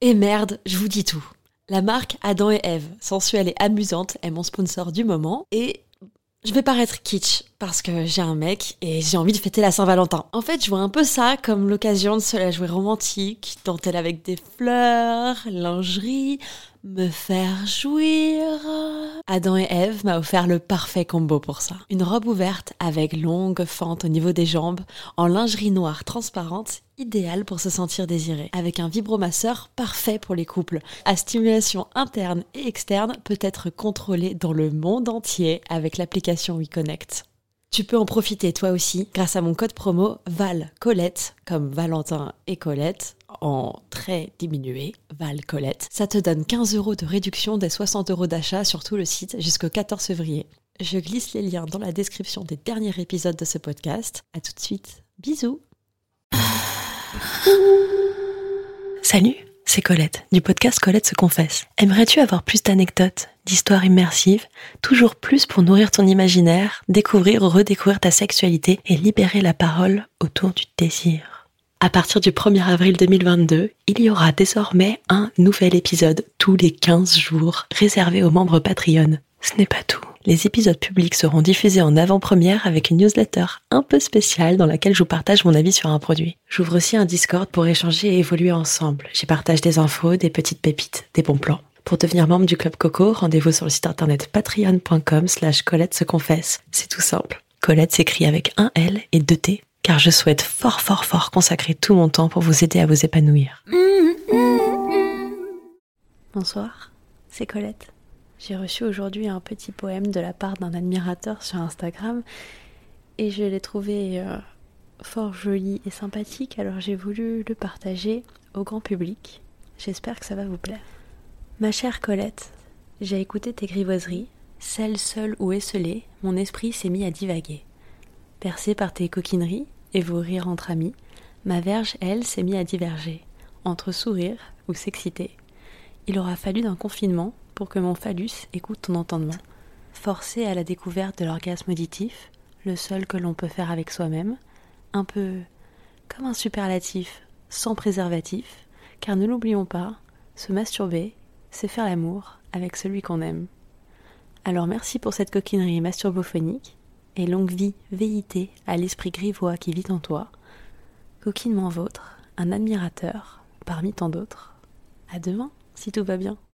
Et merde, je vous dis tout. La marque Adam et Ève, sensuelle et amusante, est mon sponsor du moment et je vais paraître kitsch parce que j'ai un mec et j'ai envie de fêter la Saint-Valentin. En fait, je vois un peu ça comme l'occasion de se la jouer romantique, dentelle avec des fleurs, lingerie, me faire jouir. Adam et Ève m'a offert le parfait combo pour ça. Une robe ouverte avec longue fente au niveau des jambes, en lingerie noire transparente, idéale pour se sentir désiré. Avec un vibromasseur parfait pour les couples. À stimulation interne et externe, peut être contrôlée dans le monde entier avec l'application WeConnect. Tu peux en profiter toi aussi grâce à mon code promo VALCOLETTE, comme Valentin et Colette, en très diminué, VALCOLETTE. Ça te donne 15 € de réduction des 60 € d'achat sur tout le site jusqu'au 14 février. Je glisse les liens dans la description des derniers épisodes de ce podcast. À tout de suite. Bisous. Salut, c'est Colette, du podcast Colette se confesse. Aimerais-tu avoir plus d'anecdotes, d'histoires immersives, toujours plus pour nourrir ton imaginaire, découvrir ou redécouvrir ta sexualité et libérer la parole autour du désir? À partir du 1er avril 2022, il y aura désormais un nouvel épisode tous les 15 jours, réservé aux membres Patreon. Ce n'est pas tout. Les épisodes publics seront diffusés en avant-première avec une newsletter un peu spéciale dans laquelle je vous partage mon avis sur un produit. J'ouvre aussi un Discord pour échanger et évoluer ensemble. J'y partage des infos, des petites pépites, des bons plans. Pour devenir membre du Club Coco, rendez-vous sur le site internet patreon.com/Colette se confesse. C'est tout simple. Colette s'écrit avec un L et 2 T, car je souhaite fort consacrer tout mon temps pour vous aider à vous épanouir. Bonsoir, c'est Colette. J'ai reçu aujourd'hui un petit poème de la part d'un admirateur sur Instagram et je l'ai trouvé fort joli et sympathique, alors j'ai voulu le partager au grand public. J'espère que ça va vous plaire. Ma chère Colette, j'ai écouté tes grivoiseries, celles seules ou esselées, mon esprit s'est mis à divaguer. Percé par tes coquineries et vos rires entre amis, ma verge, elle, s'est mise à diverger, entre sourire ou s'exciter. Il aura fallu d'un confinement pour que mon phallus écoute ton entendement. Forcé à la découverte de l'orgasme auditif, le seul que l'on peut faire avec soi-même, un peu comme un superlatif sans préservatif, car ne l'oublions pas, se masturber, c'est faire l'amour avec celui qu'on aime. Alors merci pour cette coquinerie masturbophonique, et longue vie, véhité à l'esprit grivois qui vit en toi, coquinement vôtre, un admirateur parmi tant d'autres. À demain, si tout va bien.